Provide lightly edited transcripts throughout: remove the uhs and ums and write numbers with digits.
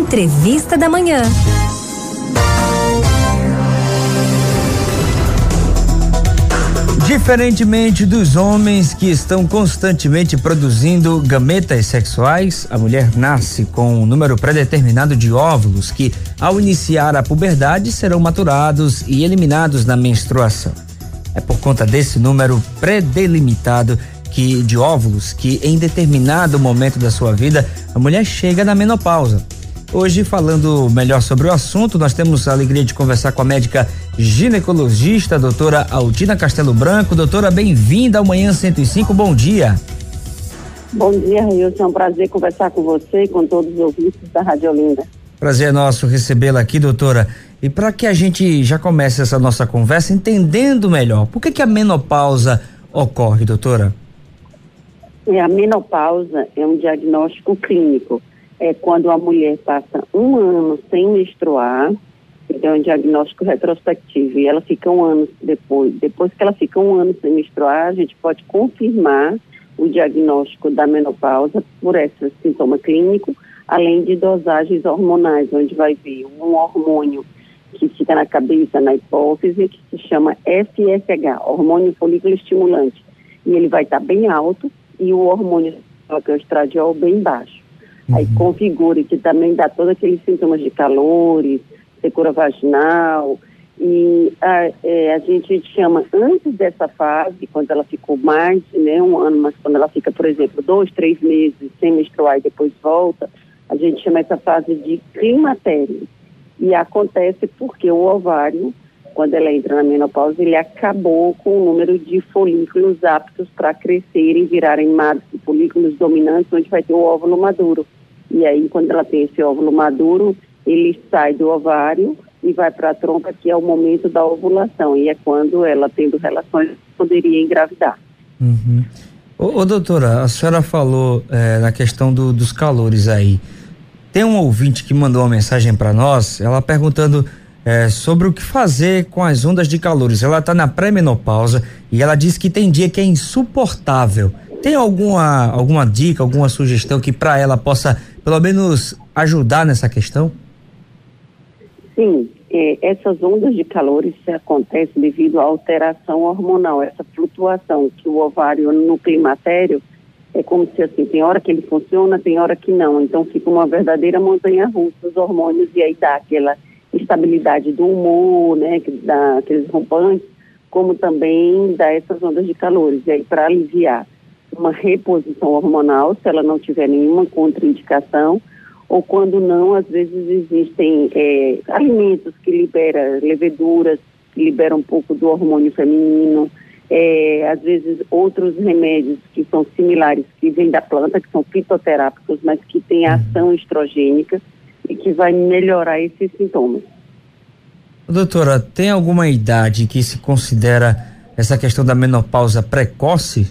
Entrevista da Manhã. Diferentemente dos homens que estão constantemente produzindo gametas sexuais, a mulher nasce com um número pré-determinado de óvulos que, ao iniciar a puberdade, serão maturados e eliminados na menstruação. É por conta desse número pré-delimitado de óvulos que, em determinado momento da sua vida, a mulher chega na menopausa. Hoje, falando melhor sobre o assunto, nós temos a alegria de conversar com a médica ginecologista, doutora Aldina Castelo Branco. Doutora, bem-vinda ao Manhã 105, bom dia. Bom dia, Railson, é um prazer conversar com você e com todos os ouvintes da Rádio Olinda. Prazer é nosso recebê-la aqui, doutora. E para que a gente já comece essa nossa conversa entendendo melhor, por que a menopausa ocorre, doutora? A menopausa é um diagnóstico clínico. É quando a mulher passa um ano sem menstruar, então é um diagnóstico retrospectivo, e ela fica um ano depois que ela fica um ano sem menstruar, a gente pode confirmar o diagnóstico da menopausa por esse sintoma clínico, além de dosagens hormonais, onde vai vir um hormônio que fica na cabeça, na hipófise, que se chama FSH, hormônio folículo estimulante, e ele vai estar bem alto, e o hormônio que é o estradiol bem baixo. Aí configura que também dá todos aqueles sintomas de calores, secura vaginal, e a gente chama antes dessa fase, quando ela ficou mais, um ano, mas quando ela fica, por exemplo, 2, 3 meses sem menstruar e depois volta, a gente chama essa fase de climatério. E acontece porque o ovário, quando ela entra na menopausa, ele acabou com o número de folículos aptos para crescer e virarem folículos dominantes, onde vai ter o óvulo maduro. E aí, quando ela tem esse óvulo maduro, ele sai do ovário e vai para a trompa, que é o momento da ovulação. E é quando ela, tendo relações, poderia engravidar. Uhum. Ô, doutora, a senhora falou na questão dos calores aí. Tem um ouvinte que mandou uma mensagem para nós, ela perguntando sobre o que fazer com as ondas de calores. Ela está na pré-menopausa e ela diz que tem dia que é insuportável. Tem alguma dica, alguma sugestão que para ela possa, pelo menos, ajudar nessa questão? Sim, essas ondas de calores acontecem devido à alteração hormonal, essa flutuação que o ovário no climatério é como se assim, tem hora que ele funciona, tem hora que não. Então fica uma verdadeira montanha-russa dos hormônios e aí dá aquela estabilidade do humor, que dá aqueles rompantes, como também dá essas ondas de calores. E aí, para aliviar uma reposição hormonal, se ela não tiver nenhuma contraindicação, ou quando não, às vezes existem alimentos que liberam leveduras, que liberam um pouco do hormônio feminino, às vezes outros remédios que são similares, que vêm da planta, que são fitoterápicos, mas que têm ação estrogênica, e que vai melhorar esses sintomas. Doutora, tem alguma idade que se considera essa questão da menopausa precoce?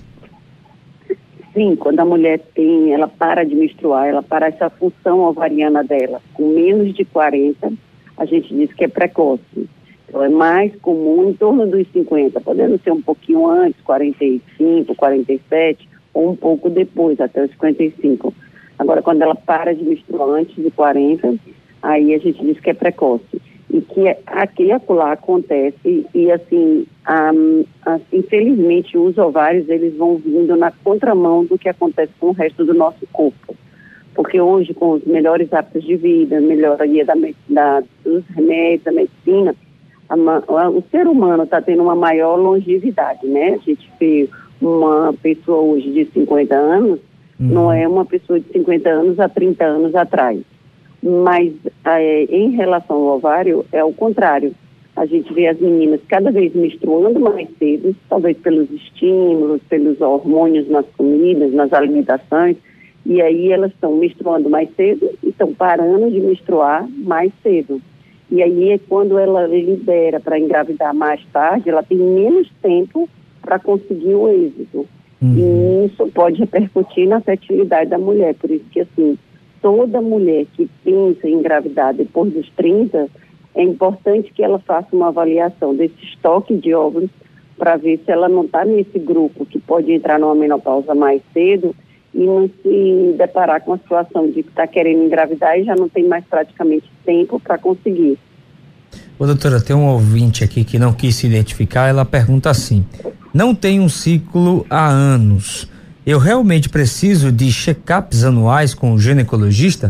Sim, quando a mulher ela para de menstruar, ela para essa função ovariana dela, com menos de 40, a gente diz que é precoce. Então é mais comum em torno dos 50, podendo ser um pouquinho antes, 45, 47, ou um pouco depois, até os 55. Agora, quando ela para de menstruar antes de 40, aí a gente diz que é precoce. E que aqui e acolá acontece, e assim, infelizmente os ovários, eles vão vindo na contramão do que acontece com o resto do nosso corpo. Porque hoje, com os melhores hábitos de vida, melhoria dos remédios, da medicina, o ser humano está tendo uma maior longevidade, né? A gente vê uma pessoa hoje de 50 anos, não é uma pessoa de 50 anos há 30 anos atrás. Mas em relação ao ovário, é o contrário. A gente vê as meninas cada vez menstruando mais cedo, talvez pelos estímulos, pelos hormônios nas comidas, nas alimentações, e aí elas estão menstruando mais cedo e estão parando de menstruar mais cedo. E aí é quando ela libera para engravidar mais tarde, ela tem menos tempo para conseguir o êxito. E isso pode repercutir na fertilidade da mulher. Por isso que, assim, toda mulher que pensa em engravidar depois dos 30, é importante que ela faça uma avaliação desse estoque de óvulos para ver se ela não está nesse grupo que pode entrar numa menopausa mais cedo e não se deparar com a situação de que está querendo engravidar e já não tem mais praticamente tempo para conseguir. Ô, doutora, tem um ouvinte aqui que não quis se identificar, ela pergunta assim: não tenho um ciclo há anos, eu realmente preciso de check-ups anuais com o ginecologista?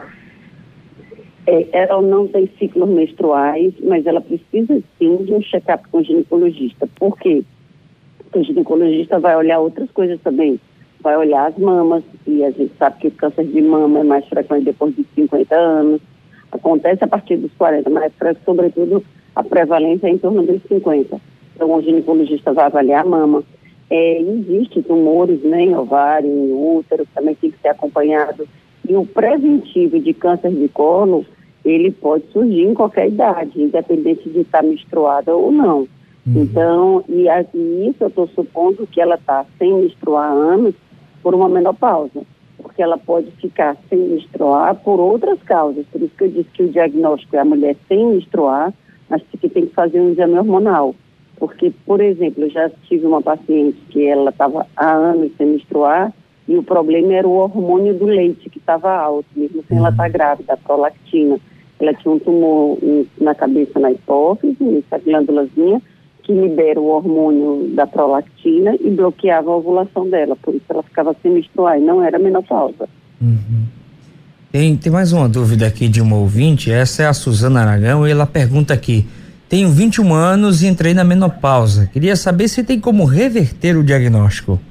Ela não tem ciclos menstruais, mas ela precisa sim de um check-up com o ginecologista. Por quê? Porque o ginecologista vai olhar outras coisas também. Vai olhar as mamas, e a gente sabe que o câncer de mama é mais frequente depois de 50 anos. Acontece a partir dos 40, mas sobretudo a prevalência é em torno dos 50. Então o ginecologista vai avaliar a mama. Existem tumores, né, em ovário, em útero, também tem que ser acompanhado. E o preventivo de câncer de colo, ele pode surgir em qualquer idade, independente de estar menstruada ou não. Então, e isso eu estou supondo que ela está sem menstruar há anos por uma menopausa, porque ela pode ficar sem menstruar por outras causas. Por isso que eu disse que o diagnóstico é a mulher sem menstruar, mas que tem que fazer um exame hormonal. Porque, por exemplo, eu já tive uma paciente que ela estava há anos sem menstruar, e o problema era o hormônio do leite, que estava alto, mesmo sem ela estar grávida, a prolactina. Ela tinha um tumor na cabeça, na hipófise, nessa glândulazinha, que libera o hormônio da prolactina e bloqueava a ovulação dela. Por isso ela ficava sem menstruar e não era menopausa. Tem mais uma dúvida aqui de uma ouvinte, essa é a Suzana Aragão, e ela pergunta aqui: tenho 21 anos e entrei na menopausa. Queria saber se tem como reverter o diagnóstico.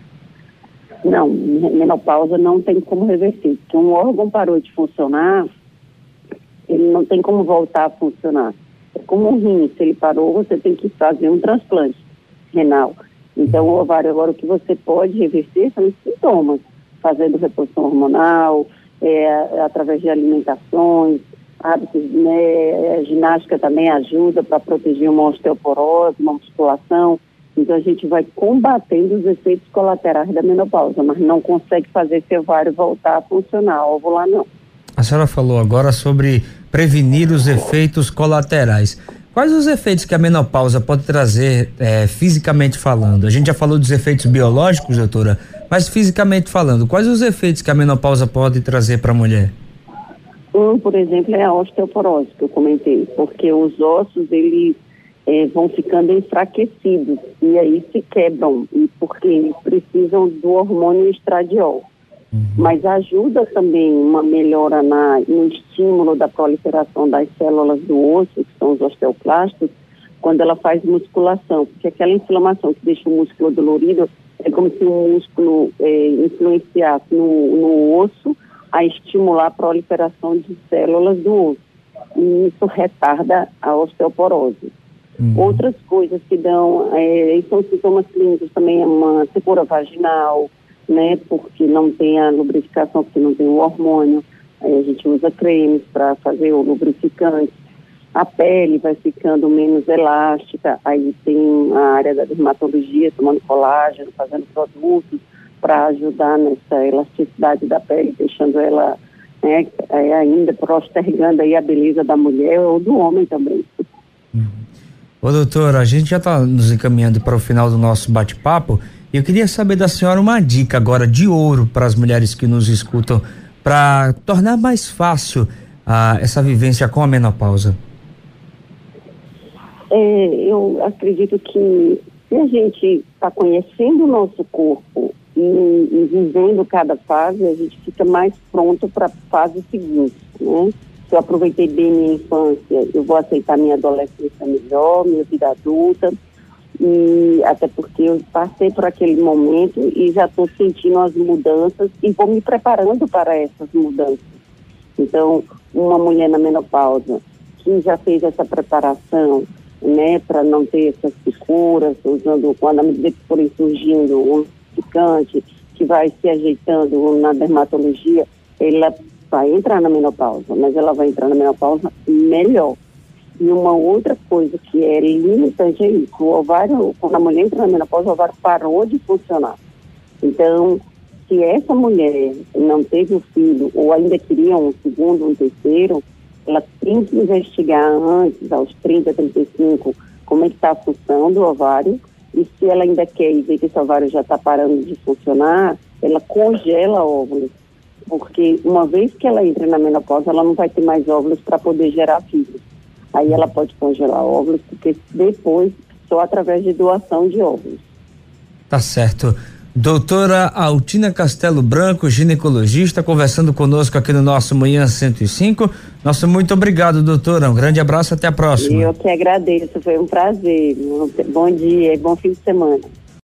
Não, menopausa não tem como reverter. Se um órgão parou de funcionar, ele não tem como voltar a funcionar. É como um rim, se ele parou, você tem que fazer um transplante renal. Então, o ovário, agora, o que você pode reverter são os sintomas, fazendo reposição hormonal, através de alimentações, hábitos, né, ginástica também ajuda para proteger uma osteoporose, uma musculação. Então, a gente vai combatendo os efeitos colaterais da menopausa, mas não consegue fazer esse ovário voltar a funcionar, ovular não. A senhora falou agora sobre prevenir os efeitos colaterais. Quais os efeitos que a menopausa pode trazer fisicamente falando? A gente já falou dos efeitos biológicos, doutora, mas fisicamente falando, quais os efeitos que a menopausa pode trazer para a mulher? Por exemplo, é a osteoporose, que eu comentei, porque os ossos, eles vão ficando enfraquecidos e aí se quebram, porque eles precisam do hormônio estradiol. Mas ajuda também uma melhora no estímulo da proliferação das células do osso, que são os osteoclastos, quando ela faz musculação, porque aquela inflamação que deixa o músculo dolorido é como se o músculo influenciasse no osso a estimular a proliferação de células do osso. E isso retarda a osteoporose. Outras coisas que dão, são sintomas clínicos também, é uma secura vaginal, né, porque não tem a lubrificação, porque não tem o hormônio. Aí a gente usa cremes para fazer o lubrificante. A pele vai ficando menos elástica, aí tem a área da dermatologia, tomando colágeno, fazendo produtos para ajudar nessa elasticidade da pele, deixando ela ainda postergando aí a beleza da mulher ou do homem também. Ô, doutora, a gente já está nos encaminhando para o final do nosso bate-papo. Eu queria saber da senhora uma dica agora de ouro para as mulheres que nos escutam, para tornar mais fácil essa vivência com a menopausa. Eu acredito que se a gente está conhecendo o nosso corpo e vivendo cada fase, a gente fica mais pronto para a fase seguinte, né? Se eu aproveitei bem minha infância, eu vou aceitar minha adolescência melhor, minha vida adulta, e até porque eu passei por aquele momento e já estou sentindo as mudanças e vou me preparando para essas mudanças. Então, uma mulher na menopausa que já fez essa preparação, né, para não ter essas picuras, usando, quando à medida que forem surgindo um picante, que vai se ajeitando na dermatologia, ela vai entrar na menopausa, mas ela vai entrar na menopausa melhor. E uma outra coisa que é limitante é isso: o ovário, quando a mulher entra na menopausa, o ovário parou de funcionar. Então, se essa mulher não teve o filho, ou ainda queria um segundo, um terceiro, ela tem que investigar antes, aos 30, 35, como é que está a função do ovário, e se ela ainda quer e ver que esse ovário já está parando de funcionar, ela congela óvulos, porque uma vez que ela entra na menopausa, ela não vai ter mais óvulos para poder gerar filhos. Aí ela pode congelar óvulos, porque depois, só através de doação de óvulos. Tá certo. Doutora Altina Castelo Branco, ginecologista, conversando conosco aqui no nosso Manhã 105. Nosso muito obrigado, doutora. Um grande abraço, até a próxima. Eu que agradeço, foi um prazer. Bom dia e bom fim de semana.